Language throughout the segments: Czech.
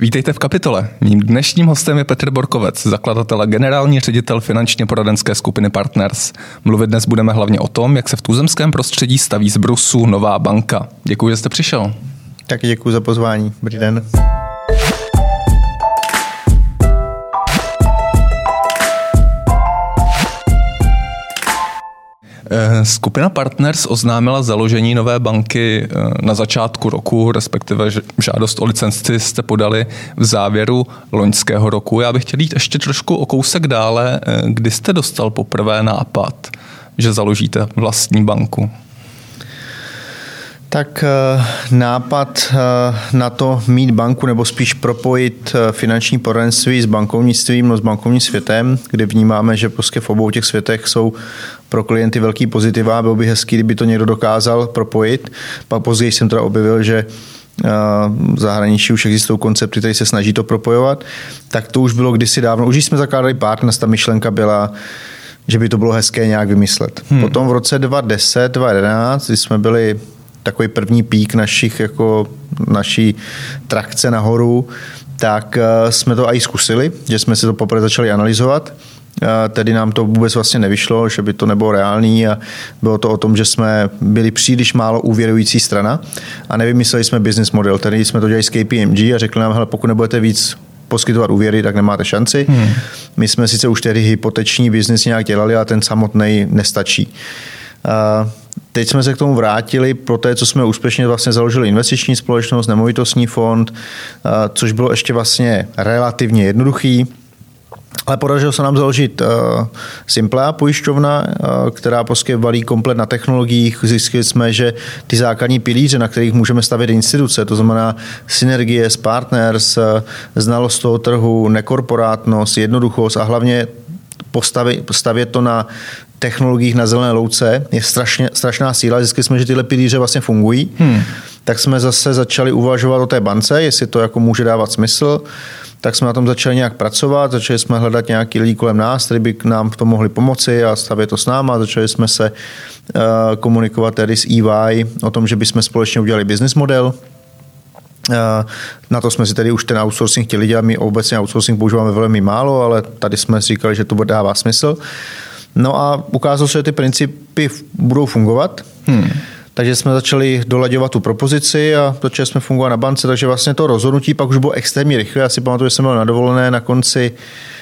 Vítejte v Kapitole. Mým dnešním hostem je Petr Borkovec, zakladatel a generální ředitel finančně poradenské skupiny Partners. Mluvit dnes budeme hlavně o tom, jak se v tuzemském prostředí staví z brusu nová banka. Děkuji, že jste přišel. Taky děkuji za pozvání. Dobrý den. Skupina Partners oznámila založení nové banky na začátku roku, respektive žádost o licenci jste podali v závěru loňského roku. Já bych chtěl jít ještě trošku o kousek dále. Kdy jste dostal poprvé nápad, že založíte vlastní banku? Tak nápad na to mít banku nebo spíš propojit finanční poradenství s bankovnictvím, no s bankovním světem, kde vnímáme, že prostě v obou těch světech jsou pro klienty velký pozitiva. Bylo by hezký, kdyby to někdo dokázal propojit. Pak později jsem teda objevil, že v zahraničí už existují koncepty, které se snaží to propojovat. Tak to už bylo kdysi dávno. Už jsme zakládali Partners, ta myšlenka byla, že by to bylo hezké nějak vymyslet. Potom v roce 2010, 2011, kdy jsme byli takový první pík naší trakce nahoru, tak jsme to i zkusili, že jsme si to poprvé začali analyzovat. Tedy nám to vůbec vlastně nevyšlo, že by to nebylo reálný a bylo to o tom, že jsme byli příliš málo úvěrující strana a nevymysleli jsme business model. Tedy jsme to dělali s KPMG a řekli nám, hele, pokud nebudete víc poskytovat úvěry, tak nemáte šanci. My jsme sice už tedy hypoteční biznis nějak dělali, ale ten samotný nestačí. Teď jsme se k tomu vrátili po té, co jsme úspěšně vlastně založili investiční společnost, nemovitostní fond, což bylo ještě vlastně relativně jednoduchý. Ale podařilo se nám založit Simplea pojišťovna, která prostě valí komplet na technologiích. Zjistili jsme, že ty základní pilíře, na kterých můžeme stavět instituce, to znamená synergie s Partners, znalost toho trhu, nekorporátnost, jednoduchost a hlavně stavět to na technologiích na zelené louce je strašná síla. Zjistili jsme, že tyhle pilíře vlastně fungují. Tak jsme zase začali uvažovat o té bance, jestli to jako může dávat smysl. Tak jsme na tom začali nějak pracovat, začali jsme hledat nějaký lidi kolem nás, kteří by nám v tom mohli pomoci a stavět to s náma. Začali jsme se komunikovat tedy s EY o tom, že bychom společně udělali business model. Na to jsme si tedy už ten outsourcing chtěli dělat. My obecně outsourcing používáme velmi málo, ale tady jsme říkali, že to dává smysl. No a ukázalo se, že ty principy budou fungovat. Takže jsme začali dolaďovat tu propozici a začali jsme fungovat na bance, takže vlastně to rozhodnutí pak už bylo extrémně rychle. Já si pamatuju, že jsem byl na dovolené na konci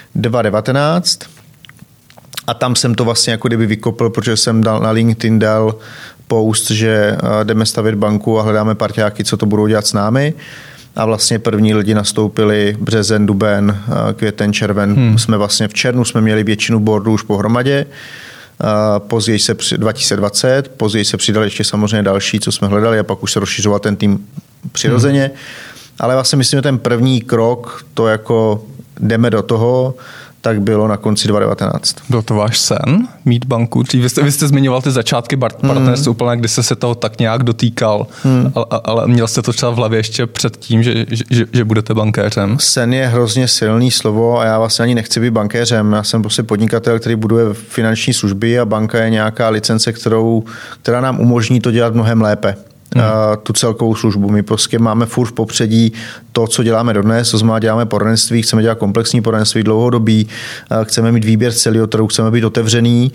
2019 a tam jsem to vlastně jako kdyby vykopl, protože jsem na LinkedIn dal post, že jdeme stavět banku a hledáme parťáky, co to budou dělat s námi. A vlastně první lidi nastoupili březen, duben, květen, červen. Jsme vlastně v červnu jsme měli většinu boardu už pohromadě. Později se 2020, později se přidali ještě samozřejmě další, co jsme hledali a pak už se rozšiřoval ten tým přirozeně. Ale vlastně myslím, že ten první krok, to jako jdeme do toho, tak bylo na konci 2019. Byl to váš sen mít banku? Vy jste zmiňoval ty začátky Partners úplně, kdy jste se toho tak nějak dotýkal, ale měl jste to třeba v hlavě ještě před tím, že budete bankéřem? Sen je hrozně silný slovo a já vlastně ani nechci být bankéřem. Já jsem prostě podnikatel, který buduje finanční služby a banka je nějaká licence, která nám umožní to dělat mnohem lépe. Tu celkovou službu. My prostě máme furt v popředí to, co děláme dodnes, to znamená děláme poradenství, chceme dělat komplexní poradenství dlouhodobí, chceme mít výběr celého trhu, chceme být otevřený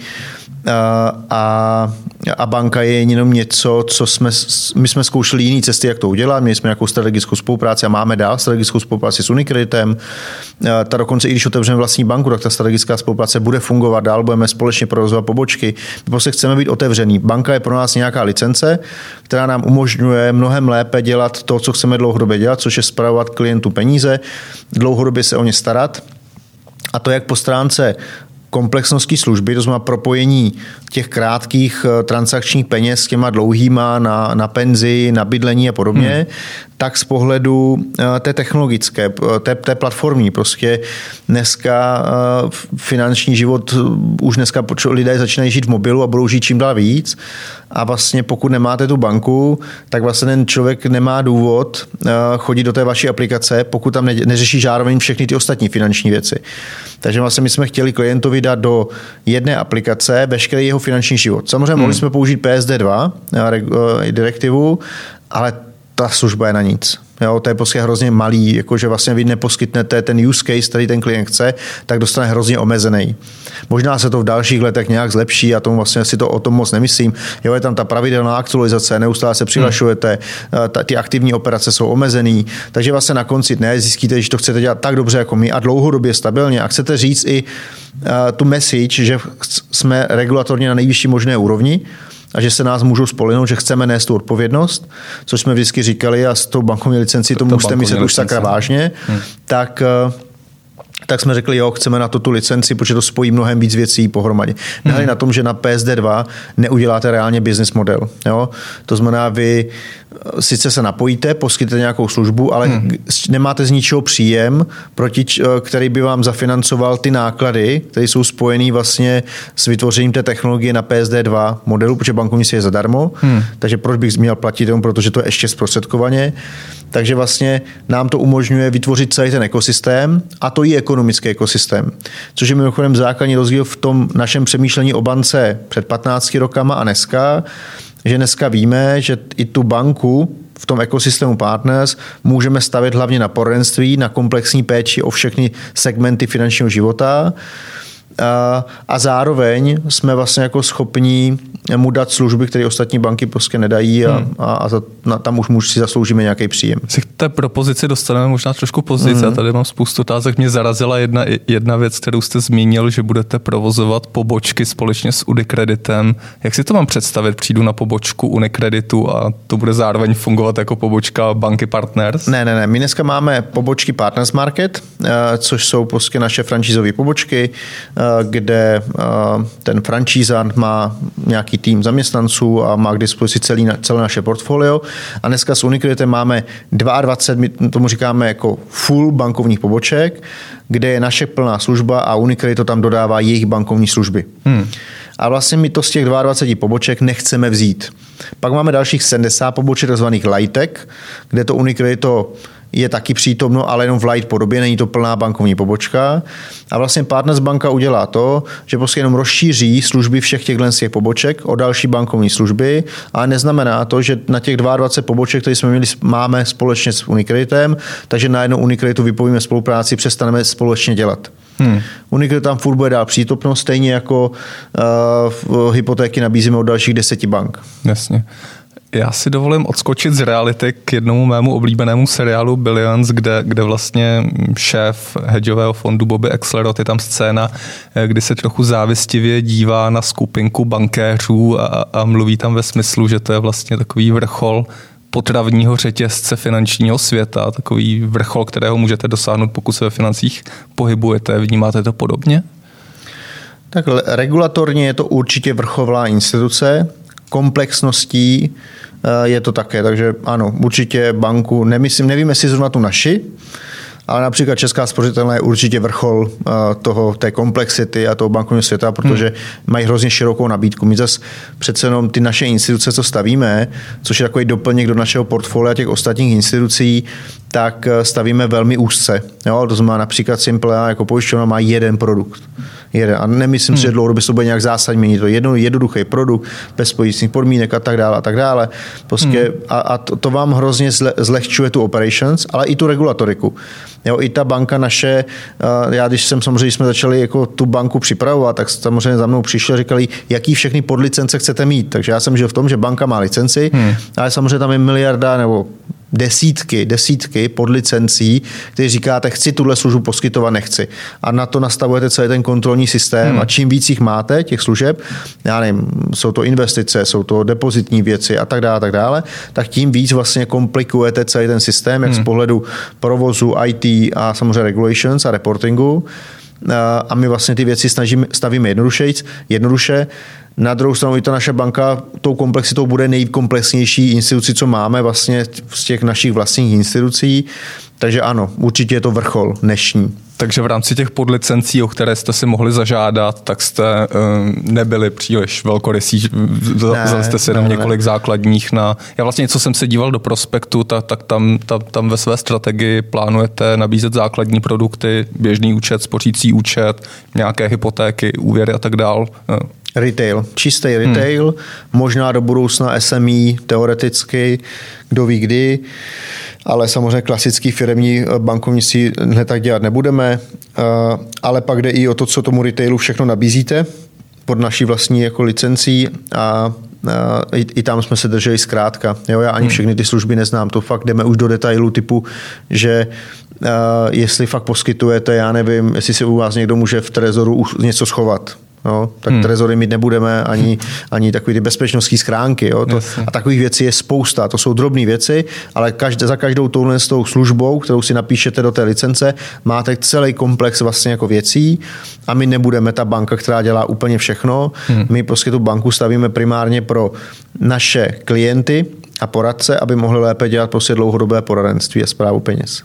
a banka je jenom něco, co my jsme zkoušeli jiné cesty, jak to udělat, měli jsme nějakou strategickou spolupráci a máme dál strategickou spolupráci s Unikreditem. Ta dokonce, i když otevřeme vlastní banku, tak ta strategická spolupráce bude fungovat dál, budeme společně provozovat pobočky. My prostě chceme být otevřený. Banka je pro nás nějaká licence, která nám umožňuje mnohem lépe dělat to, co chceme dlouhodobě dělat, což je spravovat klientů peníze, dlouhodobě se o ně starat. A to jak po stránce komplexnosti služby, to znamená propojení těch krátkých transakčních peněz s těma dlouhýma na penzi, na bydlení a podobně, tak z pohledu té technologické, té platformní. Prostě dneska finanční život, už dneska lidé začínají žít v mobilu a budou žít čím dál víc. A vlastně pokud nemáte tu banku, tak vlastně ten člověk nemá důvod chodit do té vaší aplikace, pokud tam neřeší zároveň všechny ty ostatní finanční věci. Takže vlastně my jsme chtěli klientovi dát do jedné aplikace veškerý jeho finanční život. Samozřejmě mohli jsme použít PSD2 direktivu, ale ta služba je na nic. Jo, to je prostě hrozně malý, jakože vlastně vy neposkytnete ten use case, který ten klient chce, tak dostane hrozně omezený. Možná se to v dalších letech nějak zlepší a tomu vlastně si to o tom moc nemyslím. Jo, je tam ta pravidelná aktualizace, neustále se přihlašujete, ty aktivní operace jsou omezený, takže vlastně na konci dne zjistíte, že to chcete dělat tak dobře jako my a dlouhodobě stabilně a chcete říct i tu message, že jsme regulatorně na nejvyšší možné úrovni, a že se nás můžou spolehnout, že chceme nést tu odpovědnost, což jsme vždycky říkali a s tou bankovní licencí to musíte myslet už sakra vážně, tak jsme řekli, jo, chceme na to tu licenci, protože to spojí mnohem víc věcí pohromadě. Nehledě na tom, že na PSD2 neuděláte reálně business model. Jo? To znamená, vy sice se napojíte, poskytnete nějakou službu, ale nemáte z ničeho příjem, který by vám zafinancoval ty náklady, které jsou spojené vlastně s vytvořením té technologie na PSD2 modelu, protože bankovnictví je zadarmo, takže proč bych měl platit jenom, protože to je ještě zprostředkovaně. Takže vlastně nám to umožňuje vytvořit celý ten ekosystém a to i ekonomický ekosystém. Což je mimochodem základní rozdíl v tom našem přemýšlení o bance před 15 rokama a dneska, že dneska víme, že i tu banku v tom ekosystému Partners můžeme stavět hlavně na poradenství, na komplexní péči o všechny segmenty finančního života a zároveň jsme vlastně jako schopní mu dát služby, které ostatní banky prostě nedají a tam už si zasloužíme nějaký příjem. Si k té propozici dostaneme možná trošku později. Já tady mám spoustu otázek. Mě zarazila jedna věc, kterou jste zmínil, že budete provozovat pobočky společně s UniCreditem. Jak si to mám představit? Přijdu na pobočku UniCreditu a to bude zároveň fungovat jako pobočka banky Partners? Ne. My dneska máme pobočky Partners Market, což jsou prostě naše franšízové pobočky, kde ten franšízant má nějaký tým zaměstnanců a má k dispozici celé naše portfolio. A dneska s UniCreditem máme 22, my tomu říkáme jako full bankovních poboček, kde je naše plná služba a UniCredit to tam dodává jejich bankovní služby. A vlastně my to z těch 22 poboček nechceme vzít. Pak máme dalších 70 poboček, takzvaných Lightek, kde to UniCredit je taky přítomno, ale jenom v light podobě, není to plná bankovní pobočka. A vlastně Partners banka udělá to, že prostě jenom rozšíří služby všech těchto poboček o další bankovní služby, ale neznamená to, že na těch 22 poboček, které jsme máme společně s UniCreditem, takže najednou UniCreditu vypovíme spolupráci, přestaneme společně dělat. UniCredit tam furt bude dál přítomnost, stejně jako hypotéky nabízíme od dalších 10 bank. Jasně. Já si dovolím odskočit z reality k jednomu mému oblíbenému seriálu Billions, kde vlastně šéf hedžového fondu Bobby Axelrod, je tam scéna, kdy se trochu závistivě dívá na skupinku bankéřů a mluví tam ve smyslu, že to je vlastně takový vrchol potravního řetězce finančního světa, takový vrchol, kterého můžete dosáhnout, pokud se ve financích pohybujete. Vnímáte to podobně? Tak regulatorně je to určitě vrcholná instituce, komplexností je to také, takže ano, určitě banku, nevím, jestli zrovna tu naši, ale například Česká spořitelna je určitě vrchol té komplexity a toho bankovního světa, protože mají hrozně širokou nabídku. My zase přece jenom ty naše instituce, co stavíme, což je takový doplněk do našeho portfolia těch ostatních institucí, tak stavíme velmi úzce. Jo? To znamená například Simple jako pojišťovna má jeden produkt. A nemyslím si, že dlouhodobě se to bude nějak zásadně měnit. To je jednoduchý produkt, bez pojistných podmínek a tak dále. Prostě, a to vám hrozně zlehčuje tu operations, ale i tu regulatoriku. Jo, i ta banka naše, když jsme začali jako tu banku připravovat, tak samozřejmě za mnou přišli a říkali, jaký všechny podlicence chcete mít. Takže já jsem žil v tom, že banka má licenci, ale samozřejmě tam je miliarda nebo desítky podlicencí, které říkáte, chci tuhle službu poskytovat, nechci. A na to nastavujete celý ten kontrolní systém a čím víc jich máte, těch služeb, já nevím, jsou to investice, jsou to depozitní věci a tak dále, tak tím víc vlastně komplikujete celý ten systém, jak z pohledu provozu, IT a samozřejmě regulations a reportingu. A my vlastně ty věci stavíme jednoduše. Na druhou stranu i ta naše banka tou komplexitou bude nejkomplexnější instituci, co máme vlastně z těch našich vlastních institucí. Takže ano, určitě je to vrchol dnešní. Takže v rámci těch podlicencí, o které jste si mohli zažádat, tak jste nebyli příliš velkorysí, vzali jste si jenom několik základních na... Já vlastně, co jsem se díval do prospektu, tak tam ve své strategii plánujete nabízet základní produkty, běžný účet, spořící účet, nějaké hypotéky, úvěry a tak dál. Retail, čistý retail, možná do budoucna SME teoreticky, kdo ví kdy, ale samozřejmě klasický firemní bankovnictví hned tak dělat nebudeme, ale pak jde i o to, co tomu retailu všechno nabízíte pod naší vlastní jako licencí a i tam jsme se drželi zkrátka. Jo, já ani všechny ty služby neznám, to fakt jdeme už do detailu typu, že jestli fakt poskytujete, já nevím, jestli si u vás někdo může v trezoru něco schovat. Jo, tak trezory mít nebudeme, ani takový ty bezpečnostní schránky. Jo, a takových věcí je spousta. To jsou drobné věci, ale za každou touhle s tou službou, kterou si napíšete do té licence, máte celý komplex vlastně jako věcí a my nebudeme ta banka, která dělá úplně všechno. My prostě tu banku stavíme primárně pro naše klienty a poradce, aby mohli lépe dělat prostě dlouhodobé poradenství a správu peněz.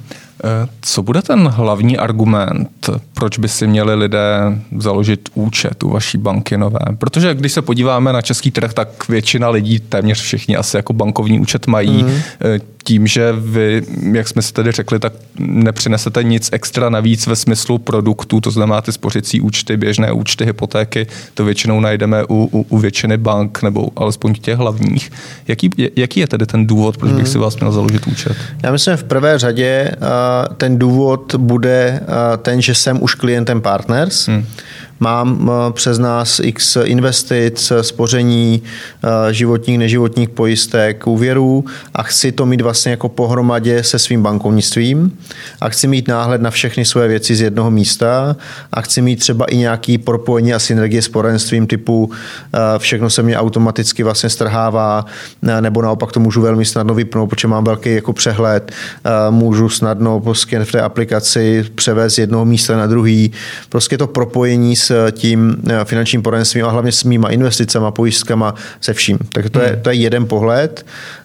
Co bude ten hlavní argument, proč by si měli lidé založit účet u vaší banky nové? Protože když se podíváme na český trh, tak většina lidí, téměř všichni asi jako bankovní účet mají. Tím, že vy, jak jsme si tady řekli, tak nepřinesete nic extra navíc ve smyslu produktů, to znamená ty spořicí účty, běžné účty, hypotéky, to většinou najdeme u většiny bank, nebo alespoň těch hlavních. Jaký je tedy ten důvod, proč bych si vás měl založit účet? Já myslím, v prvé řadě ten důvod bude ten, že jsem už klientem Partners. Mám přes nás x investic, spoření, životních, neživotních pojistek, úvěrů a chci to mít vlastně jako pohromadě se svým bankovnictvím a chci mít náhled na všechny své věci z jednoho místa a chci mít třeba i nějaký propojení a synergie s poradenstvím typu všechno se mě automaticky vlastně strhává nebo naopak to můžu velmi snadno vypnout, protože mám velký jako přehled, můžu snadno prostě v té aplikaci převést z jednoho místa na druhý. Prostě to propojení s tím finančním poradenstvím a hlavně s mýma investicema, pojistkama, se vším. Tak to je jeden pohled.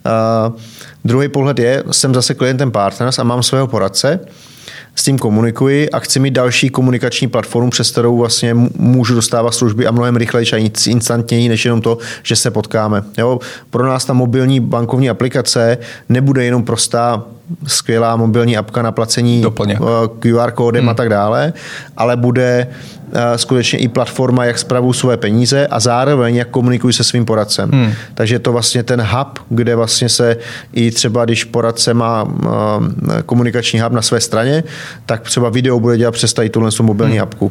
Druhý pohled je, jsem zase klientem Partners a mám svého poradce, s tím komunikuji a chci mít další komunikační platformu, přes kterou vlastně můžu dostávat služby a mnohem rychleji a instantněji, než jenom to, že se potkáme. Jo? Pro nás ta mobilní bankovní aplikace nebude jenom prostá skvělá mobilní apka na placení doplněk. QR kódem a tak dále, ale bude skutečně i platforma, jak spravuju své peníze a zároveň jak komunikuji se svým poradcem. Takže je to vlastně ten hub, kde vlastně se i třeba, když poradce má komunikační hub na své straně, tak třeba video bude dělat přes tady tuhle mobilní apku.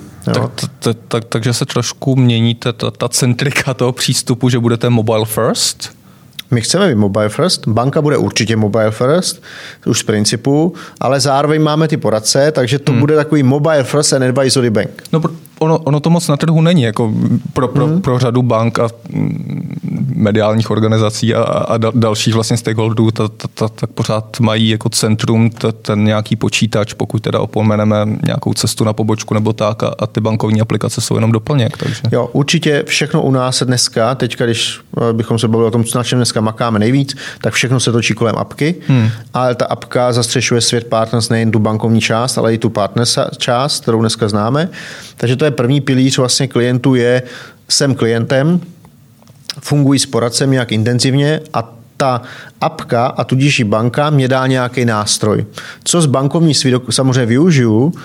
Takže se trošku mění ta centrika toho přístupu, že budete mobile first? My chceme být mobile first, banka bude určitě mobile first, už z principu, ale zároveň máme ty poradce, takže to bude takový mobile first and advisory bank. No, ono to moc na trhu není, jako pro řadu bank a mediálních organizací a dalších vlastně stakeholderů, tak pořád mají jako centrum ten nějaký počítač, pokud teda opomeneme nějakou cestu na pobočku nebo tak a ty bankovní aplikace jsou jenom doplněk. Takže. Jo, určitě všechno u nás se dneska, teďka když bychom se bavili o tom, co na čem dneska makáme nejvíc, tak všechno se točí kolem apky, ale ta apka zastřešuje svět Partners nejen tu bankovní část, ale i tu Partners část, kterou dneska známe. Takže to je první pilíř vlastně klientů jsem klientem, fungují s poradcem nějak intenzivně a ta apka a tudíž i banka mě dá nějaký nástroj. Co z bankovnictví samozřejmě využiju,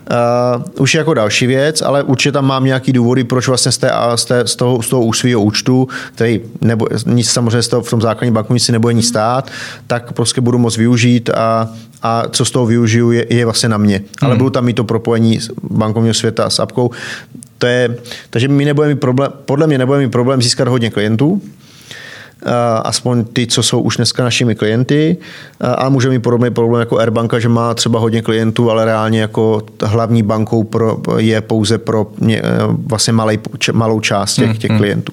už jako další věc, ale určitě tam mám nějaký důvody, proč vlastně z toho svého účtu, který nic samozřejmě v tom základním bankovnictví nebude nic stát, tak prostě budu moct využít a co z toho využiju je vlastně na mě. Ale budu tam mít to propojení bankovního světa s apkou. Takže podle mě nebudeme mít problém získat hodně klientů, aspoň ty, co jsou už dneska našimi klienty, a může mít podobný problém jako Airbanka, že má třeba hodně klientů, ale reálně jako hlavní bankou je pouze pro vlastně malou část těch klientů.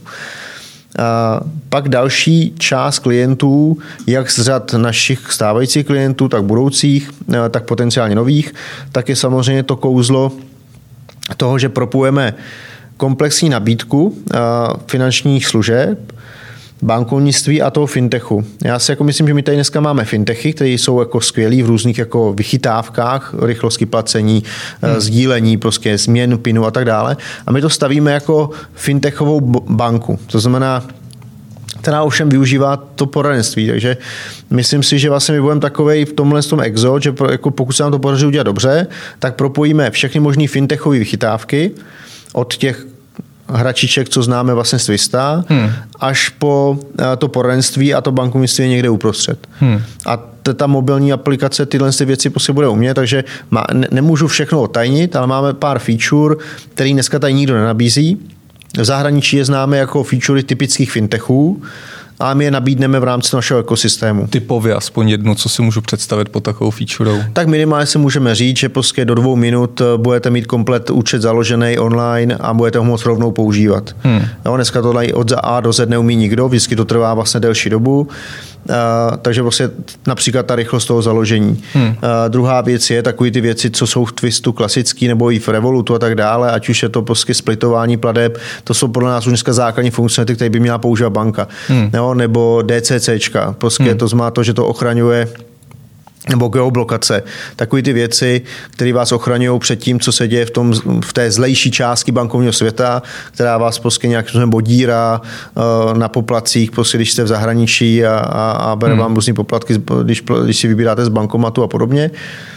Pak další část klientů, jak z řad našich stávajících klientů, tak budoucích, tak potenciálně nových, tak je samozřejmě to kouzlo toho, že propojujeme komplexní nabídku finančních služeb, bankovnictví a toho fintechu. Já si jako myslím, že my tady dneska máme fintechy, které jsou jako skvělý v různých jako vychytávkách, rychlosti placení, sdílení, prostě změnu PINu a tak dále. A my to stavíme jako fintechovou banku. To znamená, která ovšem využívá to poradenství. Takže myslím si, že vlastně my budeme takovej v tomhle exo, že jako pokud se nám to podaří udělat dobře, tak propojíme všechny možné fintechové vychytávky od těch hračiček, co známe vlastně z Twista, až po to poradenství a to bankovnictví někde uprostřed. A ta mobilní aplikace tyhle věci prostě bude umět, takže nemůžu všechno otajnit, ale máme pár feature, který dneska tady nikdo nenabízí. V zahraničí je známe jako featurey typických fintechů, a my je nabídneme v rámci našeho ekosystému. Typově aspoň jednu, co si můžu představit pod takovou featurou? Tak minimálně si můžeme říct, že prostě do 2 minut budete mít komplet účet založený online a budete ho moct rovnou používat. Jo, dneska to od A do Z neumí nikdo, vždycky to trvá vlastně delší dobu, takže vlastně například ta rychlost toho založení. Druhá věc je takový ty věci, co jsou v Twistu klasický nebo i v Revolutu a tak dále, ať už je to prostě splitování plateb, to jsou podle nás už dneska základní funkcionality, které by měla používat banka. Nebo DCCčka. Prostě to znamená to, že to ochraňuje nebo geoblokace. Takové ty věci, které vás ochraňují před tím, co se děje v té zlejší části bankovního světa, která vás prostě nějak bodírá na poplatcích, prostě, když jste v zahraničí a bere vám různý poplatky, když si vybíráte z bankomatu a podobně.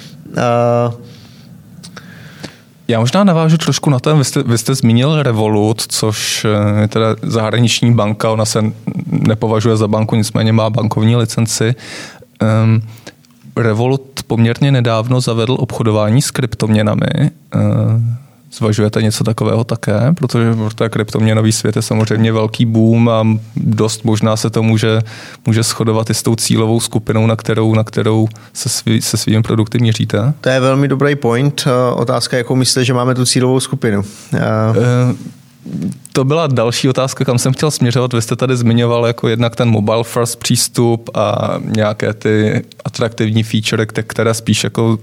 Já možná navážu trošku na ten, vy jste zmínil Revolut, což je teda zahraniční banka, ona se nepovažuje za banku, nicméně má bankovní licenci. Revolut poměrně nedávno zavedl obchodování s kryptoměnami. Zvažujete něco takového také? Protože kryptoměnový svět je samozřejmě velký boom a dost možná se to může shodovat i s tou cílovou skupinou, na kterou se svými produkty měříte. To je velmi dobrý point. Otázka, jakou myslíte, že máme tu cílovou skupinu? To byla další otázka, kam jsem chtěl směřovat. Vy jste tady zmiňoval jako jednak ten mobile first přístup a nějaké ty atraktivní feature, které spíš jako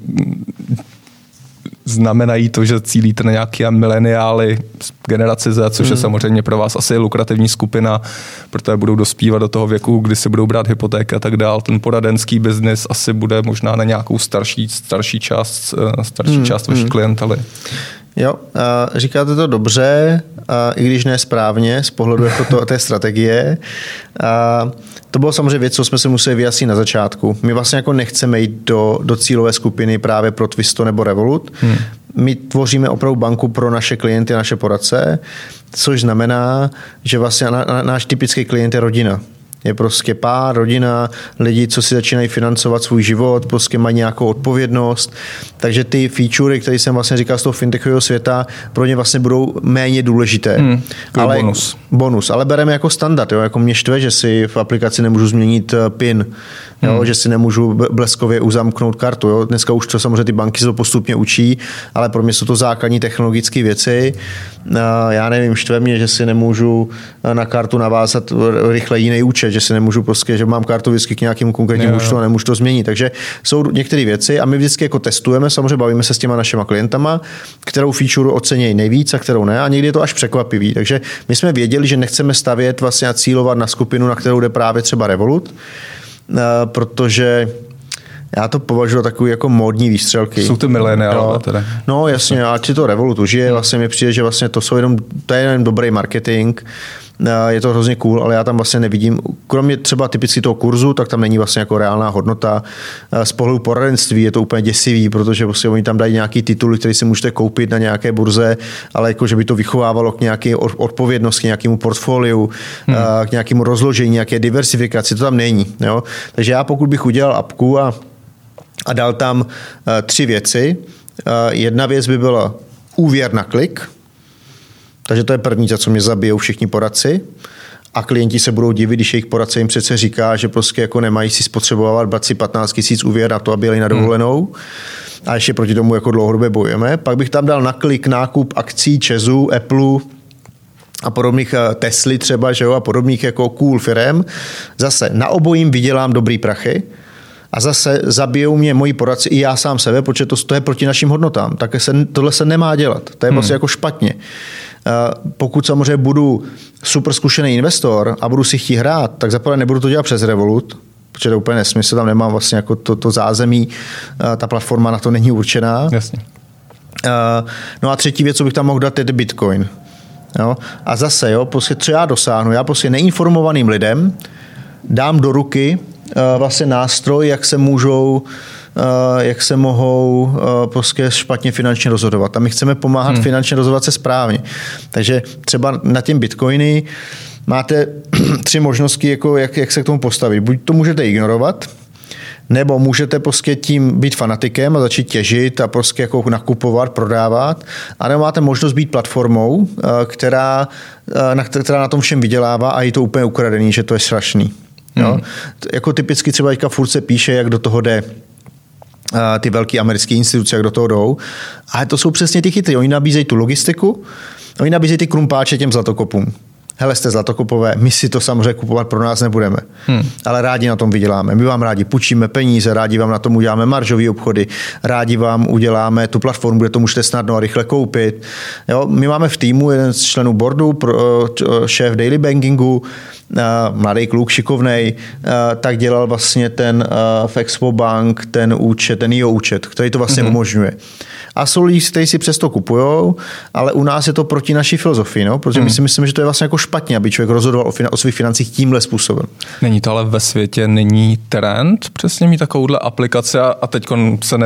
znamenají to, že cílíte na nějaké mileniály generaci Z, což je samozřejmě pro vás asi lukrativní skupina, protože budou dospívat do toho věku, kdy si budou brát hypotéky a tak dál. Ten poradenský biznis asi bude možná na nějakou starší část vaší klientely. Jo, říkáte to dobře, i když ne správně z pohledu jako té strategie. To bylo samozřejmě věc, co jsme se museli vyjasnit na začátku. My vlastně jako nechceme jít do cílové skupiny právě pro Twisto nebo Revolut. My tvoříme opravdu banku pro naše klienty, naše poradce, což znamená, že vlastně náš typický klient je rodina. Je prostě pár, rodina, lidi, co si začínají financovat svůj život, prostě mají nějakou odpovědnost. Takže ty featurey, které jsem vlastně říkal z toho fintechového světa, pro ně vlastně budou méně důležité. Ale bonus. Ale bereme jako standard. Jo? Jako mě štve, že si v aplikaci nemůžu změnit PIN, jo? Že si nemůžu bleskově uzamknout kartu. Jo? Dneska už to samozřejmě ty banky se to postupně učí, ale pro mě jsou to základní technologické věci. Já nevím, štve mě, že si nemůžu na kartu navázat rychle jiný účet, že si nemůžu prostě, že mám kartu vždycky k nějakému konkrétnímu účtu a nemůžu to změnit. Takže jsou některé věci a my vždycky jako testujeme, samozřejmě bavíme se s těma našima klientama, kterou feature ocenějí nejvíc a kterou ne, a někdy je to až překvapivý. Takže my jsme věděli, že nechceme stavět vlastně a cílovat na skupinu, na kterou jde právě třeba Revolut, protože já to považuji takový jako módní výstřelky. Jsou ty mileniálové teda. No jasně, ať si to Revolut užije, vlastně mi přijde, že vlastně to je jenom dobrý marketing, je to hrozně cool, ale já tam vlastně nevidím, kromě třeba typicky toho kurzu, tak tam není vlastně jako reálná hodnota. Z pohledu poradenství je to úplně děsivý, protože vlastně oni tam dají nějaký tituly, který si můžete koupit na nějaké burze, ale jako, že by to vychovávalo k nějaké odpovědnosti, k nějakému portfoliu, k nějakému rozložení, nějaké diversifikaci, to tam není. Jo? Takže já pokud bych udělal apku a dal tam 3 věci, jedna věc by byla úvěr na klik, takže to je první, za co mě zabijou všichni poradci. A klienti se budou divit, když jejich poradce jim přece říká, že prostě jako nemají si spotřebovávat, brát si 15 000 úvěr na to, aby jeli na dovolenou. A ještě proti tomu jako dlouhodobě bojujeme. Pak bych tam dal na klik nákup akcí ČEZu, Apple a podobných Tesly třeba, že jo, a podobných jako cool firem. Zase na obojím vydělám dobrý prachy. A zase zabijou mě moji poradci i já sám sebe, protože to je proti našim hodnotám. Tak tohle se nemá dělat. To je prostě jako špatně. Pokud samozřejmě budu super zkušený investor a budu si chtít hrát, tak zaprvé nebudu to dělat přes Revolut, protože to je úplně nesmysl, tam nemám vlastně jako to zázemí, ta platforma na to není určená. Jasně. No a třetí věc, co bych tam mohl dát, je Bitcoin. Jo? A zase, jo, prostě, co já dosáhnu, já prostě neinformovaným lidem dám do ruky vlastně nástroj, jak se můžou jak se mohou prostě špatně finančně rozhodovat. A my chceme pomáhat finančně rozhodovat se správně. Takže třeba na těm bitcoiny máte 3 možnosti, jako jak se k tomu postavit. Buď to můžete ignorovat, nebo můžete prostě tím být fanatikem a začít těžit a prostě jako nakupovat, prodávat, a nebo máte možnost být platformou, která na tom všem vydělává a je to úplně ukradený, že to je strašný. Jo? Jako typicky třeba teďka furt se píše, jak do toho jde ty velké americké instituce, jak do toho jdou. Ale to jsou přesně ty chytry. Oni nabízejí tu logistiku, oni nabízejí ty krumpáče těm zlatokopům. Hele, jste zlatokopové, my si to samozřejmě kupovat pro nás nebudeme, ale rádi na tom vyděláme. My vám rádi půjčíme peníze, rádi vám na tom uděláme maržové obchody, rádi vám uděláme tu platformu, kde to můžete snadno a rychle koupit. Jo, my máme v týmu jeden z členů boardu, šéf Daily Bankingu, mladý kluk, šikovnej, tak dělal vlastně ten v Expo Bank, ten účet, ten jeho účet, který to vlastně umožňuje. A jsou lidi, kteří si přesto kupujou, ale u nás je to proti naší filozofii, no? Protože my si myslíme, že to je vlastně jako špatně, aby člověk rozhodoval o svých financích tímhle způsobem. Není to ale ve světě, není trend přesně mít takovouhle aplikaci a teď se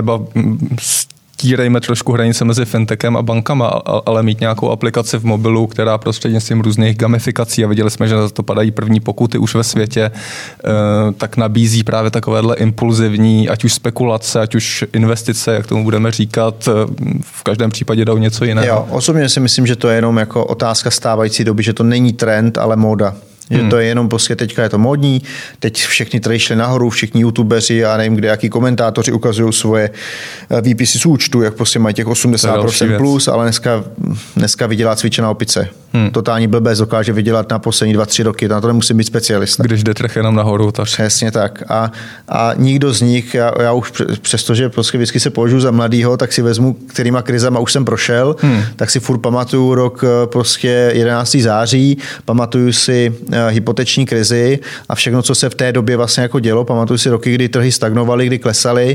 stírejme trošku hranice mezi fintechem a bankama, ale mít nějakou aplikaci v mobilu, která prostřednictvím různých gamifikací, a viděli jsme, že za to padají první pokuty už ve světě, tak nabízí právě takovéhle impulzivní, ať už spekulace, ať už investice, jak tomu budeme říkat, v každém případě jdou něco jiného. Jo, osobně si myslím, že to je jenom jako otázka stávající doby, že to není trend, ale móda. Že to je jenom prostě teďka je to módní, teď všechny tady šli nahoru, všichni youtubeři a nevím kde, jaký komentátoři ukazují svoje výpisy z účtu, jak prostě mají těch 80% plus, ale dneska vydělá cvičená opice. Totální blbec dokáže vydělat na poslední 2-3 roky, na to nemusí být specialista. Když jde trh jenom nahoru. Tak. Přesně tak. A nikdo z nich, já už přestože prostě vždycky se považuji za mladýho, tak si vezmu, kterýma krizama už jsem prošel, tak si furt pamatuju rok prostě 11. září, pamatuju si hypoteční krizi a všechno, co se v té době vlastně jako dělo. Pamatuju si roky, kdy trhy stagnovaly, kdy klesaly.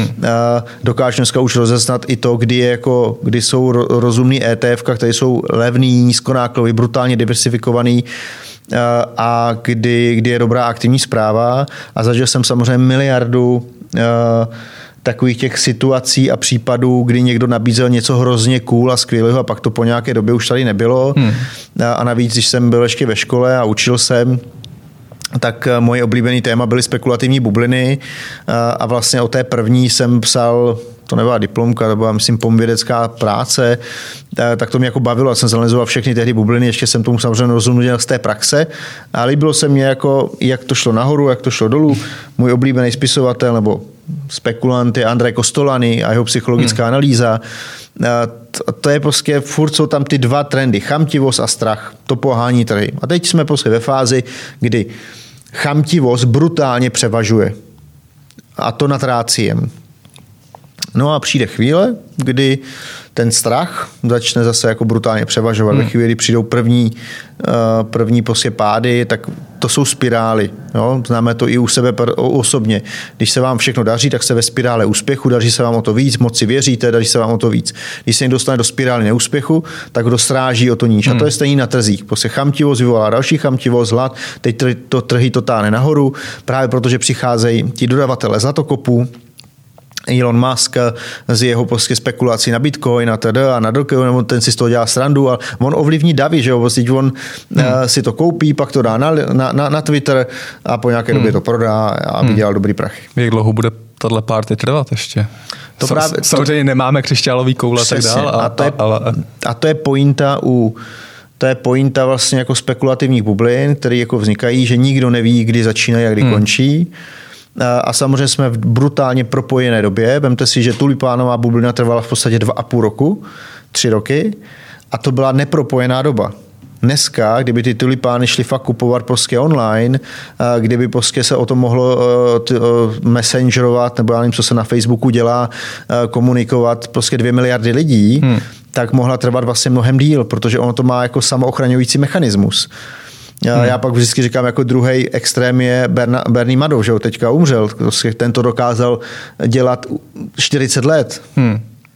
Dokážu dneska už rozeznat i to, kdy jsou rozumný ETF, které jsou levný, nízkonákladový, brutálně diversifikovaný a kdy je dobrá aktivní správa. A zažil jsem samozřejmě miliardu takových těch situací a případů, kdy někdo nabízel něco hrozně cool a skvělého a pak to po nějaké době už tady nebylo. A navíc, když jsem byl ještě ve škole a učil jsem, tak moje oblíbené téma byly spekulativní bubliny a vlastně o té první jsem psal, to nebyla diplomka, to byla, myslím, pomvědecká práce, tak to mě jako bavilo. Já jsem zanalyzoval všechny tehdy bubliny, ještě jsem tomu samozřejmě rozuměl z té praxe, a líbilo se mně, jako, jak to šlo nahoru, jak to šlo dolů. Můj oblíbený spisovatel nebo spekulant je Andrej Kostolany a jeho psychologická analýza. To je prostě, furt jsou tam ty dva trendy, chamtivost a strach. To pohání trhy. A teď jsme prostě ve fázi, kdy chamtivost brutálně převažuje. A to nad ráciem. No a přijde chvíle, kdy ten strach začne zase jako brutálně převažovat. Ve chvíli, kdy přijdou první prostě pády, tak to jsou spirály. Jo? Známe to i u sebe osobně. Když se vám všechno daří, tak jste ve spirále úspěchu, daří se vám o to víc, moc si věříte, daří se vám o to víc. Když se někdo dostane do spirály neúspěchu, tak ho sráží o to níž. A to je stejný na trzích. Prostě chamtivost vyvolá další chamtivost, hlad, teď to trhy to táhne nahoru, právě protože přicházejí ti dodavatelé zlatokopů, Elon Musk z jeho prostě spekulací na Bitcoin a teda a na Dogecoin, nebo ten si z toho dělá srandu a on ovlivní davy, že jo, vlastně on si to koupí, pak to dá na Twitter a po nějaké době to prodá a vydělal dobrý prachy. Jak dlouho bude tato party trvat ještě? Samozřejmě nemáme křišťálový koule a tak dále. A to je pointa to je pointa vlastně jako spekulativních bublin, které jako vznikají, že nikdo neví, kdy začínají a kdy končí. A samozřejmě jsme v brutálně propojené době. Vemte si, že tulipánová bublina trvala v podstatě 2,5 roku, 3 roky a to byla nepropojená doba. Dneska, kdyby ty tulipány šly fakt kupovat prostě online, kdyby prostě se o tom mohlo messengerovat, nebo já nevím, co se na Facebooku dělá, komunikovat prostě 2 miliardy lidí, tak mohla trvat vlastně mnohem díl, protože ono to má jako samoochraňující mechanismus. Já pak vždycky říkám, jako druhý extrém je Bernie Madoff, že ho teďka umřel. Ten to dokázal dělat 40 let.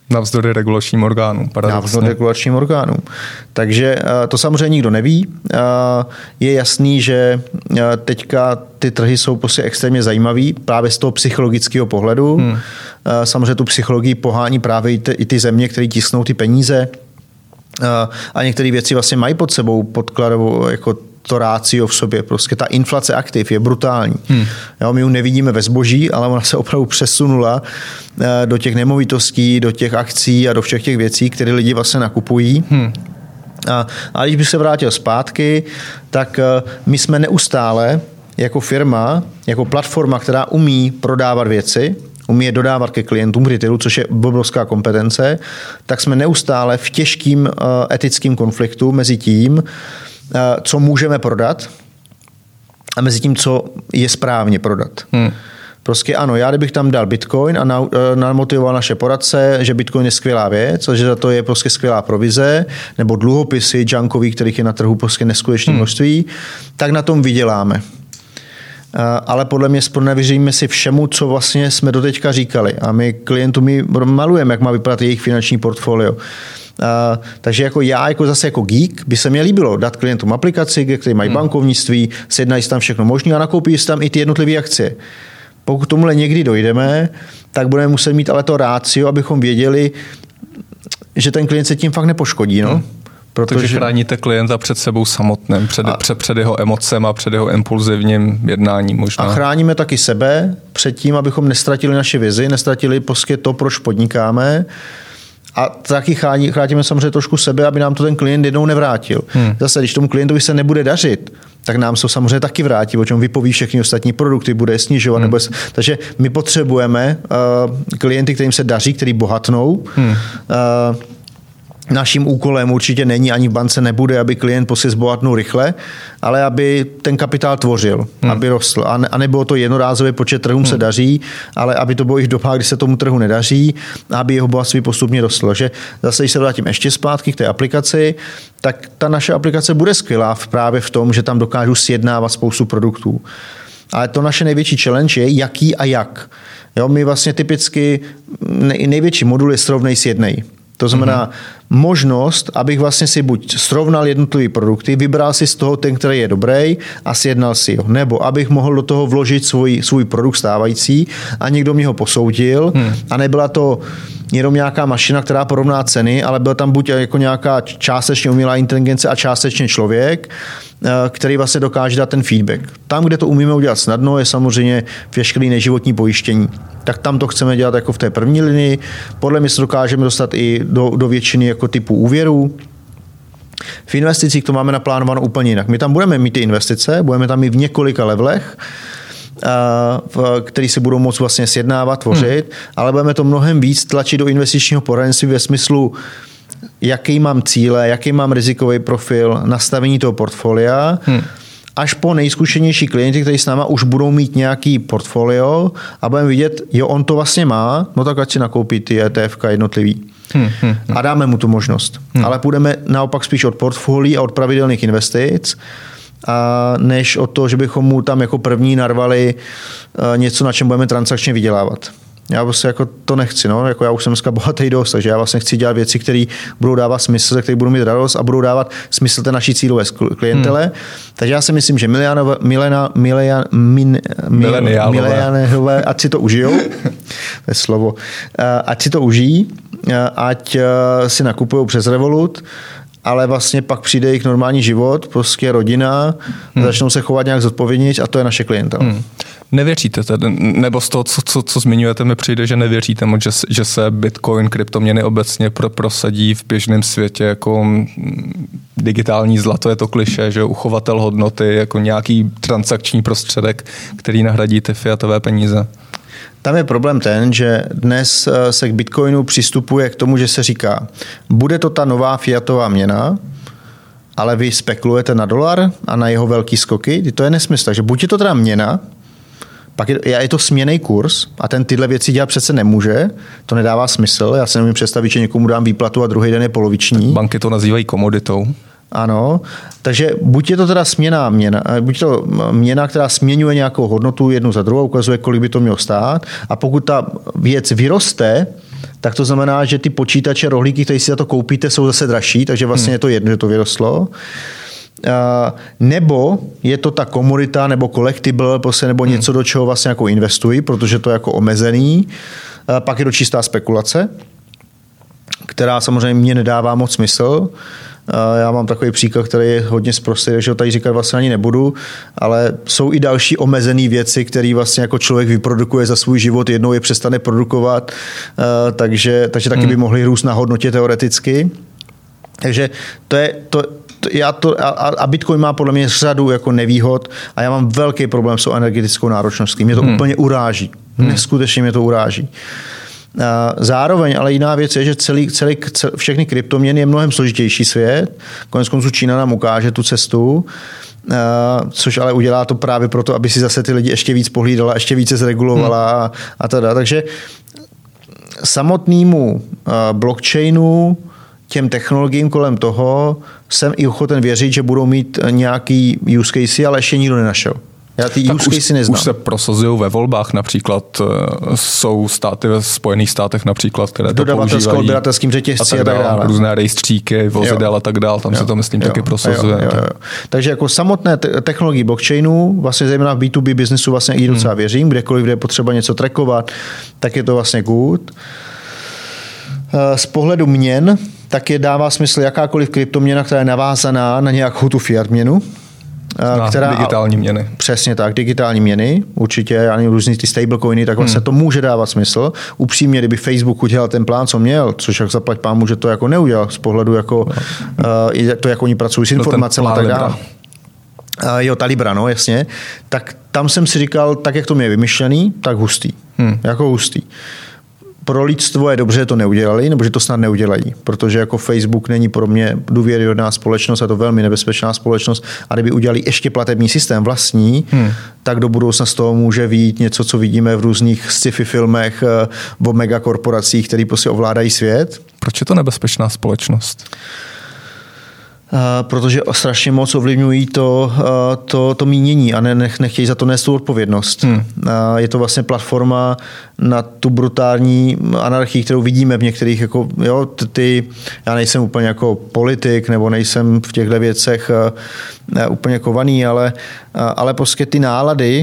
Navzdory regulačním orgánům. Navzdory regulačním orgánům. Takže to samozřejmě nikdo neví. Je jasný, že teďka ty trhy jsou prostě extrémně zajímavý právě z toho psychologického pohledu. Samozřejmě tu psychologii pohání právě i ty země, které tisknou ty peníze a některé věci vlastně mají pod sebou podkladovou jako to rácio v sobě. Prostě ta inflace aktiv je brutální. Jo, my ji nevidíme ve zboží, ale ona se opravdu přesunula do těch nemovitostí, do těch akcí a do všech těch věcí, které lidi vlastně nakupují. A když bych se vrátil zpátky, tak my jsme neustále jako firma, jako platforma, která umí prodávat věci, umí je dodávat ke klientům retailu, což je obrovská kompetence, tak jsme neustále v těžkým etickém konfliktu mezi tím, co můžeme prodat a mezi tím, co je správně prodat. Prostě ano, já kdybych tam dal Bitcoin a namotivoval naše poradce, že Bitcoin je skvělá věc, že za to je prostě skvělá provize, nebo dluhopisy junkový, kterých je na trhu prostě neskutečné množství, tak na tom vyděláme. Ale podle mě nevěříme si všemu, co vlastně jsme doteďka říkali. A my klientům malujeme, jak má vypadat jejich finanční portfolio. Takže jako já, jako zase jako geek, by se mě líbilo dát klientům aplikaci, kde mají bankovnictví, sjednají si tam všechno možné a nakoupí si tam i ty jednotlivé akcie. Pokud tomuhle někdy dojdeme, tak budeme muset mít ale to rácio, abychom věděli, že ten klient se tím fakt nepoškodí. No? Protože chráníte klienta před sebou samotným, před jeho emocem a před jeho impulzivním jednáním možná. A chráníme taky sebe před tím, abychom nestratili naši vizi, nestratili prostě to, proč podnikáme. A taky chráníme samozřejmě trošku sebe, aby nám to ten klient jednou nevrátil. Zase, když tomu klientovi se nebude dařit, tak nám se samozřejmě taky vrátí, o čem vypoví všechny ostatní produkty, bude je snižovat. Takže my potřebujeme klienty, kterým se daří, který bohatnou. Naším úkolem určitě není, ani v bance nebude, aby klient prostě zbohatnul rychle, ale aby ten kapitál tvořil, aby rostl. A nebylo to jednorázový počet trhům se daří, ale aby to bylo i v dobách, kdy se tomu trhu nedaří, aby jeho bohatství postupně rostlo. Že zase, když se vrátím ještě zpátky k té aplikaci, tak ta naše aplikace bude skvělá právě v tom, že tam dokážu sjednávat spoustu produktů. Ale to naše největší challenge je, jaký a jak. Jo, my vlastně typicky největší modul je srovnej s jednej. To znamená možnost, abych vlastně si buď srovnal jednotlivé produkty, vybral si z toho ten, který je dobrý a sjednal si ho. Nebo abych mohl do toho vložit svůj produkt stávající a někdo mě ho posoudil a nebyla to jenom nějaká mašina, která porovná ceny, ale byl tam buď jako nějaká částečně umělá inteligence a částečně člověk, který vlastně dokáže dát ten feedback. Tam, kde to umíme udělat snadno, je samozřejmě veškeré neživotní pojištění. Tak tam to chceme dělat jako v té první linii. Podle mě se dokážeme dostat i do většiny jako typu úvěrů. V investicích to máme naplánováno úplně jinak. My tam budeme mít ty investice, budeme tam i v několika levelech, který si budou moct vlastně sjednávat, tvořit, ale budeme to mnohem víc tlačit do investičního poradenství ve smyslu, jaký mám cíle, jaký mám rizikový profil, nastavení toho portfolia, až po nejzkušenější klienty, kteří s náma už budou mít nějaký portfolio a budeme vidět, jo, on to vlastně má, no tak ať si nakoupí ty ETF jednotlivý. A dáme mu tu možnost. Ale půjdeme naopak spíš od portfolií a od pravidelných investic, než o to, že bychom mu tam jako první narvali něco, na čem budeme transakčně vydělávat. Já vlastně jako to nechci, no. Jako já už jsem dneska bohatý dost, takže já vlastně chci dělat věci, které budou dávat smysl, ze kterých budu mít radost a budou dávat smysl té naší cílové klientele. Takže já si myslím, že mileniálové, ať si to užijou, to je slovo, ať si to užijí, ať si nakupují přes Revolut, ale vlastně pak přijde jejich normální život, prostě rodina, začnou se chovat nějak zodpovědně a to je naše klientela. Nevěříte tedy, nebo z toho, co zmiňujete, mi přijde, že nevěříte moc, že se Bitcoin, kryptoměny obecně prosadí v běžném světě jako digitální zlato, je to klišé, že uchovatel hodnoty, jako nějaký transakční prostředek, který nahradí ty fiatové peníze. Tam je problém ten, že dnes se k Bitcoinu přistupuje k tomu, že se říká, bude to ta nová fiatová měna, ale vy spekulujete na dolar a na jeho velký skoky, to je nesmysl. Takže buď je to teda měna, pak je to směnný kurz a ten tyhle věci dělat přece nemůže, to nedává smysl, já si nemůžu představit, že někomu dám výplatu a druhý den je poloviční. Tak banky to nazývají komoditou. Ano, takže buď je to teda buď to měna, která směňuje nějakou hodnotu jednu za druhou, ukazuje, kolik by to mělo stát, a pokud ta věc vyroste tak to znamená, že ty počítače, rohlíky, které si za to koupíte, jsou zase dražší, takže vlastně je to jedno, že to vyrostlo. Nebo je to ta komodita nebo collectible, nebo něco, do čeho vlastně jako investují, protože to je jako omezený. Pak je to čistá spekulace, která samozřejmě mě nedává moc smysl. Já mám takový příklad, který je hodně sprostý, takže ho tady říkat vlastně ani nebudu, ale jsou i další omezené věci, které vlastně jako člověk vyprodukuje za svůj život, jednou je přestane produkovat, takže taky by mohly růst na hodnotě teoreticky. Takže to je a Bitcoin má podle mě řadu jako nevýhod a já mám velký problém s energetickou náročností. Mě to úplně uráží. Neskutečně mě to uráží. Zároveň, ale jiná věc je, že všechny kryptoměny je mnohem složitější svět. Koneckonců Čína nám ukáže tu cestu, což ale udělá to právě proto, aby si zase ty lidi ještě víc pohlídala, ještě více zregulovala a teda. Takže samotnému blockchainu, těm technologiím kolem toho, jsem i ochoten věřit, že budou mít nějaký use case, ale ještě nikdo nenašel. Já ty use case neznám. Už se prosazují ve volbách, například jsou státy ve Spojených státech například, které to používají. Odběratelským řetězci a tak dále. Různé rejstříky, vozidel a tak dále, tam se to myslím taky prosazuje. Jo. Takže jako samotné technologie blockchainu, vlastně zejména v B2B biznesu vlastně i docela věřím, kdekoliv, kde je potřeba něco trackovat, tak je to vlastně good. Z pohledu měn, tak je dává smysl jakákoliv kryptoměna, která je navázaná na nějakou tu fiat měnu. Digitální měny. Přesně tak, digitální měny, určitě, ani různý ty stablecoiny, tak vlastně to může dávat smysl. Upřímně, kdyby Facebook udělal ten plán, co měl, což jak zaplať pámu, že to jako neudělal z pohledu, jako, to, jak oni pracují s informacemi a tak dále. Ta Libra, no jasně. Tak tam jsem si říkal, tak jak to mě je vymyšlený, tak hustý. Jako hustý. Pro lidstvo je dobře, že to neudělali, nebo že to snad neudělají, protože jako Facebook není pro mě důvěryhodná společnost a to velmi nebezpečná společnost a kdyby udělali ještě platební systém vlastní, tak do budoucna z toho může vyjít něco, co vidíme v různých sci-fi filmech o megakorporacích, které prostě ovládají svět. Proč je to nebezpečná společnost? Protože strašně moc ovlivňují to mínění a nechtějí za to nést tu odpovědnost. Je to vlastně platforma na tu brutální anarchii, kterou vidíme v některých, jako, já nejsem úplně jako politik, nebo nejsem v těchto věcech úplně kovaný, ale prostě ty nálady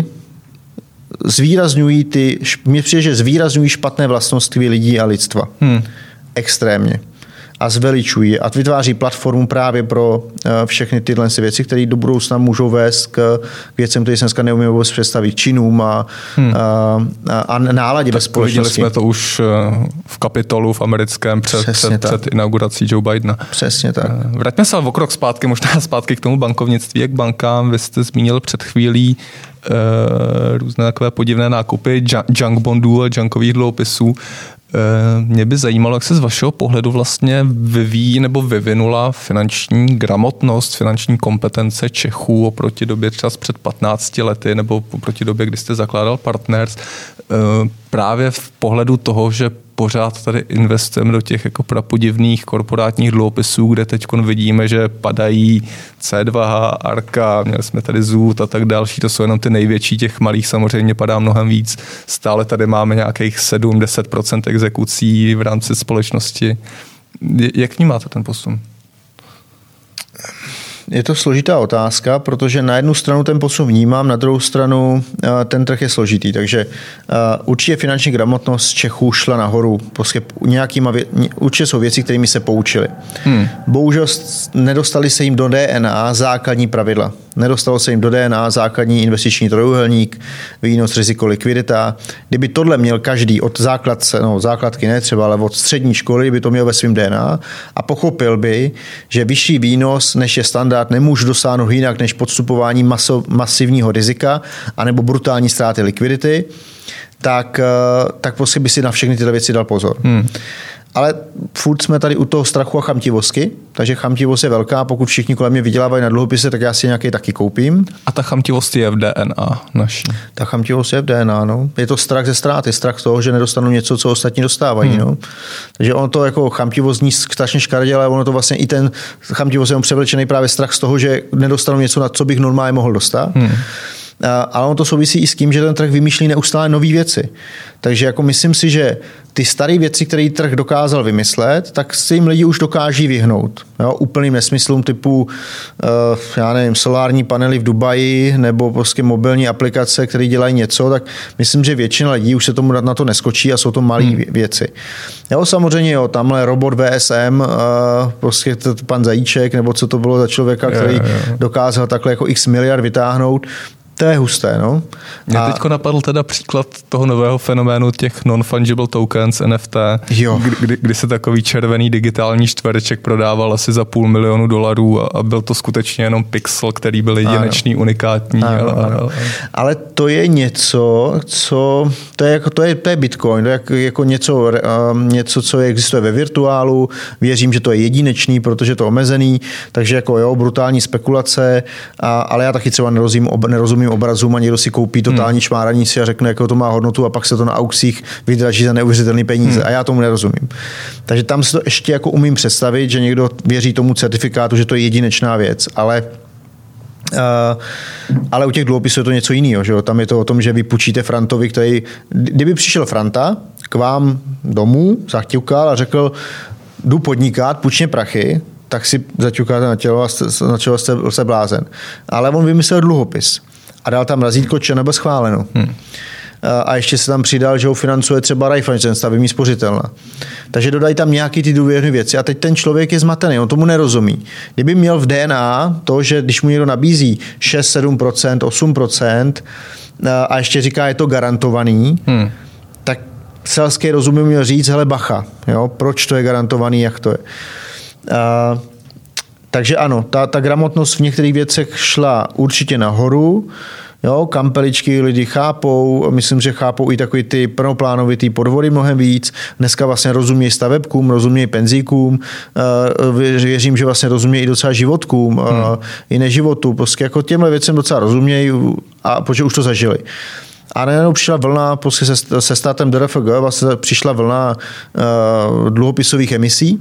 mně přijde, že zvýrazňují špatné vlastnosti lidí a lidstva. Extrémně. A zveličují a vytváří platformu právě pro všechny tyhle věci, které do budoucna můžou vést k věcem, které se dneska neumíme vůbec představit, činům a náladě ve společnosti. Viděli jsme to už v Kapitolu v americkém před inaugurací Joe Bidena. Přesně tak. Vraťme se o krok zpátky, možná zpátky k tomu bankovnictví, jak bankám. Vy jste zmínil před chvílí různé takové podivné nákupy junk bondů a junkových dluhopisů. Mě by zajímalo, jak se z vašeho pohledu vlastně vyvíjí nebo vyvinula finanční gramotnost, finanční kompetence Čechů oproti době třeba před 15 lety nebo oproti době, kdy jste zakládal Partners. Právě v pohledu toho, že pořád tady investujeme do těch jako prapodivných korporátních dluhopisů, kde teď vidíme, že padají C2H, Arka, měli jsme tady Zoot a tak další, to jsou jenom ty největší, těch malých samozřejmě padá mnohem víc. Stále tady máme nějakých 7-10% exekucí v rámci společnosti. Jak vnímáte ten posun? Je to složitá otázka, protože na jednu stranu ten posun vnímám, na druhou stranu ten trh je složitý. Takže určitě finanční gramotnost Čechů šla nahoru. Určitě jsou věci, kterými se poučili. Bohužel nedostali se jim do DNA základní pravidla. Nedostalo se jim do DNA základní investiční trojúhelník, výnos, riziko, likvidita. Kdyby tohle měl každý od základky ne třeba, ale od střední školy, kdyby to měl ve svém DNA a pochopil by, že vyšší výnos, než je standard, nemůžu dosáhnout jinak než podstupování masivního rizika anebo brutální ztráty likvidity, tak prostě by si na všechny tyhle věci dal pozor. Ale furt jsme tady u toho strachu a chamtivosti, takže chamtivost je velká, pokud všichni kolem mě vydělávají na dluhopisy, tak já si nějaký taky koupím. A ta chamtivost je v DNA naší. Ta chamtivost je v DNA, no. Je to strach ze ztráty, strach z toho, že nedostanu něco, co ostatní dostávají, no. Takže ono to jako chamtivost zní strašně škaredě, ale ono to vlastně i ten chamtivost je převlečený právě strach z toho, že nedostanu něco, na co bych normálně mohl dostat. ale on to souvisí i s tím, že ten trh vymýšlí neustále nové věci. Takže jako myslím si, že ty staré věci, které trh dokázal vymyslet, tak si jim lidi už dokáží vyhnout. Jo? Úplným nesmyslům typu, já nevím, solární panely v Dubaji nebo prostě mobilní aplikace, které dělají něco, tak myslím, že většina lidí už se tomu na to neskočí a jsou to malé věci. Jo, samozřejmě jo, tamhle robot VSM, prostě pan Zajíček, nebo co to bylo za člověka, který dokázal takhle jako x miliard vytáhnout. To je husté, no. Mě teďko napadl teda příklad toho nového fenoménu těch non-fungible tokens, NFT, kdy se takový červený digitální čtvereček prodával asi za $500,000 a byl to skutečně jenom pixel, který byl jedinečný, unikátní. Ale to je něco, co to je Bitcoin, to je jako něco, co existuje ve virtuálu. Věřím, že to je jedinečný, protože je to omezený, takže jako jo, brutální spekulace, ale já taky třeba nerozumím obrazům a někdo si koupí totální čmáranici a řekne, jakou to má hodnotu a pak se to na aukcích vydraží za neuvěřitelné peníze a já tomu nerozumím. Takže tam si to ještě jako umím představit, že někdo věří tomu certifikátu, že to je jedinečná věc, ale u těch dluhopisů je to něco jiného. Že jo? Tam je to o tom, že vy půjčíte Frantovi, který, kdyby přišel Franta k vám domů, zaťukal a řekl, jdu podnikat, půjč prachy, tak si zaťukáte na čelo jste blázen. Ale on vymyslel dluhopis a dal tam razítko ČNB schváleno. A ještě se tam přidal, že ho financuje třeba Raiffeisen, stavební spořitelna. Takže dodají tam nějaký ty důvěrné věci a teď ten člověk je zmatený, on tomu nerozumí. Kdyby měl v DNA to, že když mu někdo nabízí 6-7%, 8% a ještě říká, je to garantovaný, tak selský rozum by měl říct, hele bacha, jo, proč to je garantovaný, jak to je. Takže ano, ta gramotnost v některých věcech šla určitě nahoru, jo, kampeličky lidi chápou, myslím, že chápou i takový ty plnoplánovitý podvody mnohem víc, dneska vlastně rozumějí stavebkům, rozumějí penzíkům, věřím, že vlastně rozumějí i docela životkům, i neživotu, prostě jako těmhle věcem docela rozumějí, a protože už to zažili. A najednou přišla vlna, se státem DRFG, vlastně přišla vlna dluhopisových emisí,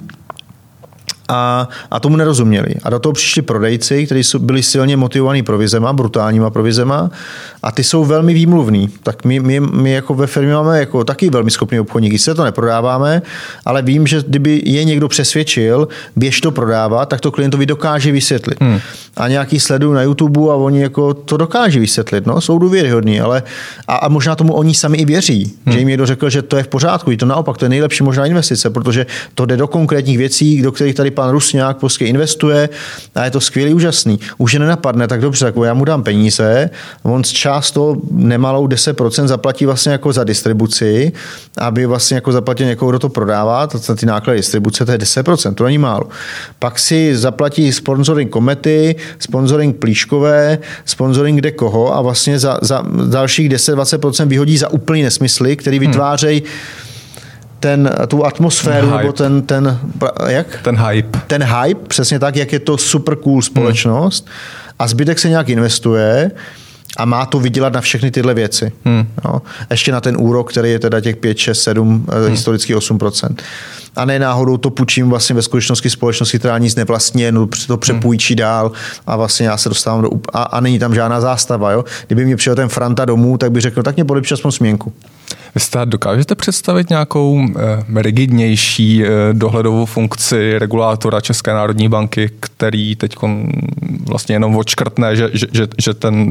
a tomu nerozuměli. A do toho přišli prodejci, kteří byli silně motivovaní provizema, brutálníma provizema, a ty jsou velmi výmluvní. Tak my jako ve firmě máme jako taky velmi schopný obchodník. Se to neprodáváme, ale vím, že kdyby je někdo přesvědčil, běž to prodávat, tak to klientovi dokáže vysvětlit. A nějaký sledují na YouTube a oni jako to dokáží vysvětlit. No, jsou důvěryhodní, ale a možná tomu oni sami i věří, že jim někdo řekl, že to je v pořádku. I to naopak, to je nejlepší možná investice, protože to jde do konkrétních věcí, do kterých tady pan Rusňák prostě investuje a je to skvělý, úžasný. Už je nenapadne, tak dobře, tak já mu dám peníze, on z část toho nemalou 10% zaplatí vlastně jako za distribuci, aby vlastně jako zaplatil někoho, kdo to prodává, ty náklady distribuce, to je 10%, to není málo. Pak si zaplatí sponsoring Komety, sponsoring Plíškové, sponsoring kde koho a vlastně za dalších 10-20% vyhodí za úplný nesmysly, který vytvářejí tu atmosféru, nebo jak? Ten hype, přesně tak, jak je to super cool společnost a zbytek se nějak investuje a má to vydělat na všechny tyhle věci. No. Ještě na ten úrok, který je teda těch 5, 6, 7, historicky 8%. A ne náhodou to půjčím vlastně ve skutečnosti společnosti, která nic nevlastní, no to přepůjčí dál a vlastně já se dostávám a není tam žádná zástava. Jo? Kdyby mě přijel ten Franta domů, tak bych řekl, tak mě podepíš aspoň směnku. Vy dokážete představit nějakou rigidnější dohledovou funkci regulátora České národní banky, který teď vlastně jenom odškrtne, že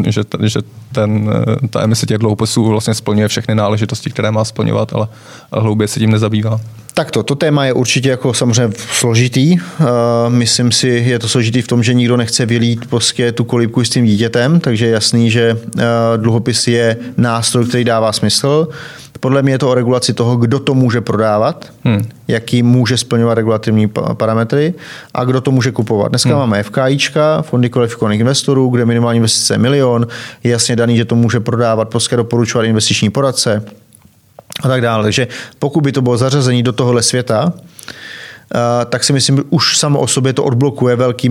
ta emise těch dluhopisů vlastně splňuje všechny náležitosti, které má splňovat, ale hlouběji se tím nezabývá? Tak to téma je určitě jako samozřejmě složitý. Myslím si, je to složitý v tom, že nikdo nechce vylít prostě tu kolíbku s tím dítětem, takže je jasný, že dluhopis je nástroj, který dává smysl. Podle mě je to o regulaci toho, kdo to může prodávat, jaký může splňovat regulativní parametry a kdo to může kupovat. Dneska máme FKIčka, fondy kvalifikovaných investorů, kde minimální investice je 1 000 000, je jasně daný, že to může prodávat, prostě doporučovat investiční poradce a tak dále. Takže pokud by to bylo zařazení do tohohle světa, tak si myslím, že už samo o sobě to odblokuje velké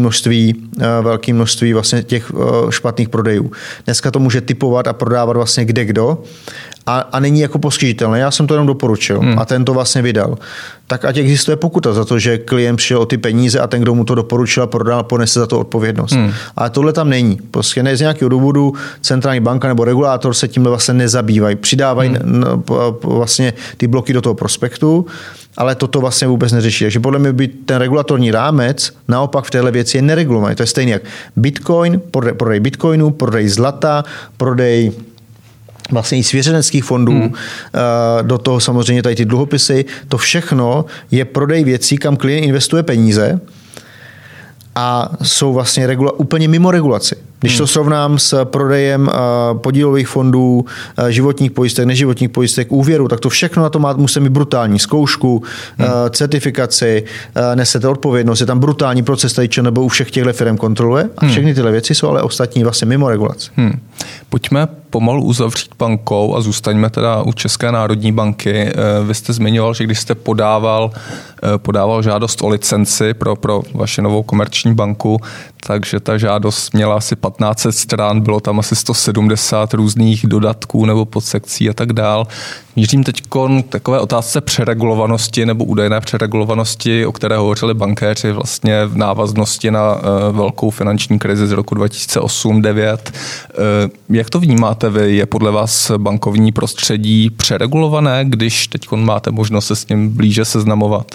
množství vlastně těch špatných prodejů. Dneska to může typovat a prodávat vlastně kde kdo a není jako poskytitelný, já jsem to jenom doporučil a ten to vlastně vydal, tak ať existuje pokuta za to, že klient přišel o ty peníze a ten, kdo mu to doporučil a prodal, ponese za to odpovědnost. Ale tohle tam není. Prostě ne z nějakého důvodu centrální banka nebo regulátor se tímhle vlastně nezabývají. Přidávají vlastně ty bloky do toho prospektu, ale toto vlastně vůbec neřeší. Takže podle mě by ten regulatorní rámec naopak v téhle věci je neregulovaný. To je stejný jak Bitcoin, prodej Bitcoinu, prodej zlata, prodej vlastně i svěřeneckých fondů, do toho samozřejmě tady ty dluhopisy, to všechno je prodej věcí, kam klient investuje peníze a jsou vlastně úplně mimo regulaci. Když to srovnám s prodejem podílových fondů, životních pojistek, neživotních pojistek, úvěru, tak to všechno na to musí mít brutální zkoušku, certifikaci, nesete odpovědnost, je tam brutální proces, tady ČNB u všech těchto firm kontroluje a všechny tyhle věci jsou ale ostatní vlastně mimo regulaci. Pojďme pomalu uzavřít bankou a zůstaňme teda u České národní banky. Vy jste zmiňoval, že když jste podával žádost o licenci pro vaši novou komerční banku, takže ta žádost měla asi 1500 stran, bylo tam asi 170 různých dodatků nebo podsekcí a tak dál. Mířím teď k takové otázce přeregulovanosti nebo údajné přeregulovanosti, o které hovořili bankéři vlastně v návaznosti na velkou finanční krizi z roku 2008-2009. Jak to vnímáte vy? Je podle vás bankovní prostředí přeregulované, když teď máte možnost se s ním blíže seznamovat?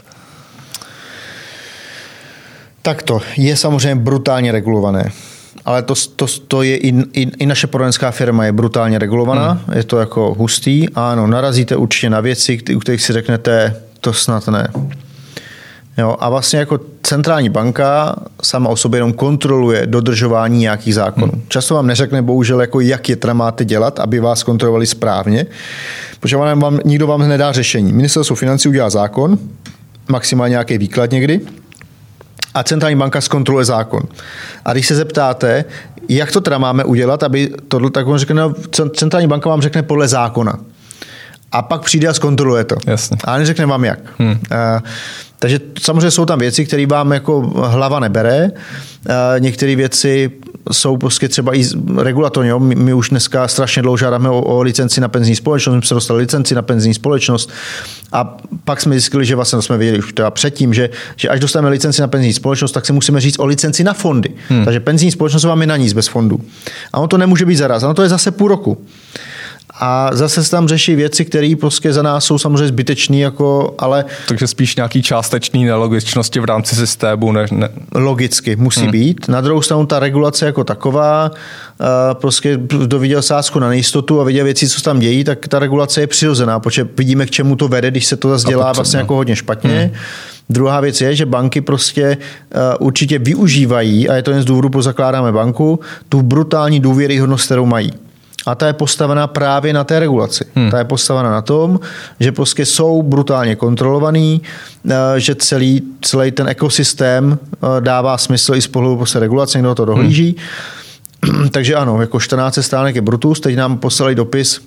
Tak to je samozřejmě brutálně regulované. Ale to je i naše poradenská firma je brutálně regulovaná, je to jako hustý. Ano, narazíte určitě na věci, u kterých si řeknete, to snad ne. Jo, a vlastně jako centrální banka sama o sobě jenom kontroluje dodržování nějakých zákonů. Často vám neřekne bohužel, jako jak je teda máte dělat, aby vás kontrolovali správně, protože nikdo vám nedá řešení. Ministerstvo financí udělá zákon, maximálně nějaký výklad někdy, a centrální banka zkontroluje zákon. A když se zeptáte, jak to teda máme udělat, aby tohle, tak on řekne, no, centrální banka vám řekne podle zákona. A pak přijde a zkontroluje to. Jasně. A neřekne vám jak. Takže samozřejmě jsou tam věci, které vám jako hlava nebere. Některé věci jsou prostě třeba i regulatorně. My už dneska strašně dlouho žádáme o licenci na penzijní společnost, my jsme dostali licenci na penzijní společnost a pak jsme zjistili, že vlastně to jsme věděli už teda předtím, že až dostaneme licenci na penzijní společnost, tak se musíme říct o licenci na fondy. Takže penzijní společnost vám je na nic bez fondů. A on to nemůže být zaraz, ono to je zase půl roku. A zase se tam řeší věci, které prostě za nás jsou samozřejmě zbytečné, jako, ale... Takže spíš nějaký částečný nelogičnosti v rámci systému. Ne. Logicky musí být. Na druhou stranu ta regulace jako taková, prostě kdo viděl sázku na nejistotu a viděl věci, co se tam dějí, tak ta regulace je přirozená, protože vidíme, k čemu to vede, když se to zase dělá vlastně jako hodně špatně. Druhá věc je, že banky prostě určitě využívají, a je to jen z důvodu, proč zakládáme banku, tu brutální důvěryhodnost, kterou mají. A ta je postavená právě na té regulaci. Ta je postavená na tom, že prostě jsou brutálně kontrolovaný, že celý ten ekosystém dává smysl i z pohledu prostě regulace, někdo to dohlíží. Takže ano, jako 14 stránek je brutus, teď nám poslali dopis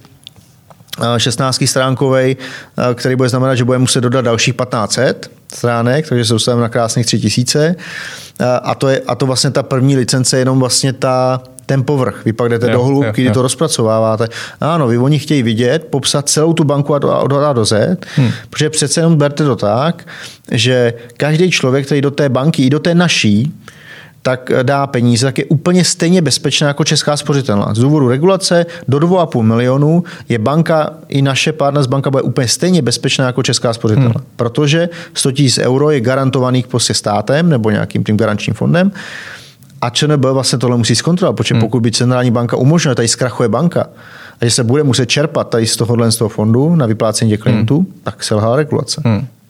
16 stránkovej, který bude znamenat, že budeme muset dodat dalších 1500 stránek, takže se dostaneme na krásných 3000. A to vlastně ta první licence je jenom vlastně ten povrch. Vy pak jdete do hloubky, kdy to rozpracováváte. Ano, oni chtějí vidět, popsat celou tu banku od A do Z, protože přece jenom berte to tak, že každý člověk, který do té banky i do té naší, tak dá peníze, tak je úplně stejně bezpečná jako Česká spořitelna. Z důvodu regulace do 2,5 milionu je banka, i naše Partners banka bude úplně stejně bezpečná jako Česká spořitelna. Protože 100 000 euro je garantovaných prostě státem nebo nějakým tím garančním fondem a ČNB vlastně tohle musí zkontrolovat, protože pokud by centrální banka umožňuje, tady zkrachuje banka a že se bude muset čerpat tady z toho fondu na vyplácení těch klientů, tak selhá regulace.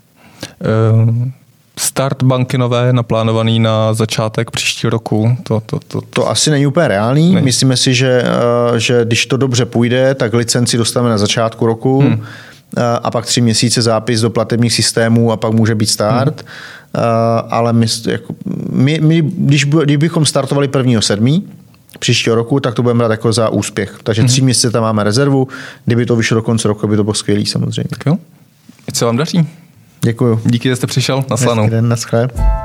Start banky nové je naplánovaný na začátek příštího roku. To asi není úplně reálný. Myslíme si, že když to dobře půjde, tak licenci dostaneme na začátku roku a pak 3 měsíce zápis do platebních systémů a pak může být start. Ale my když bychom startovali 1.7. příštího roku, tak to budeme brát jako za úspěch. Takže 3 měsíce tam máme rezervu. Kdyby to vyšlo do konce roku, by to bylo skvělý samozřejmě. Tak jo. Ať se vám daří. Děkuju. Díky, že jste přišel. Naschledanou. Naschle.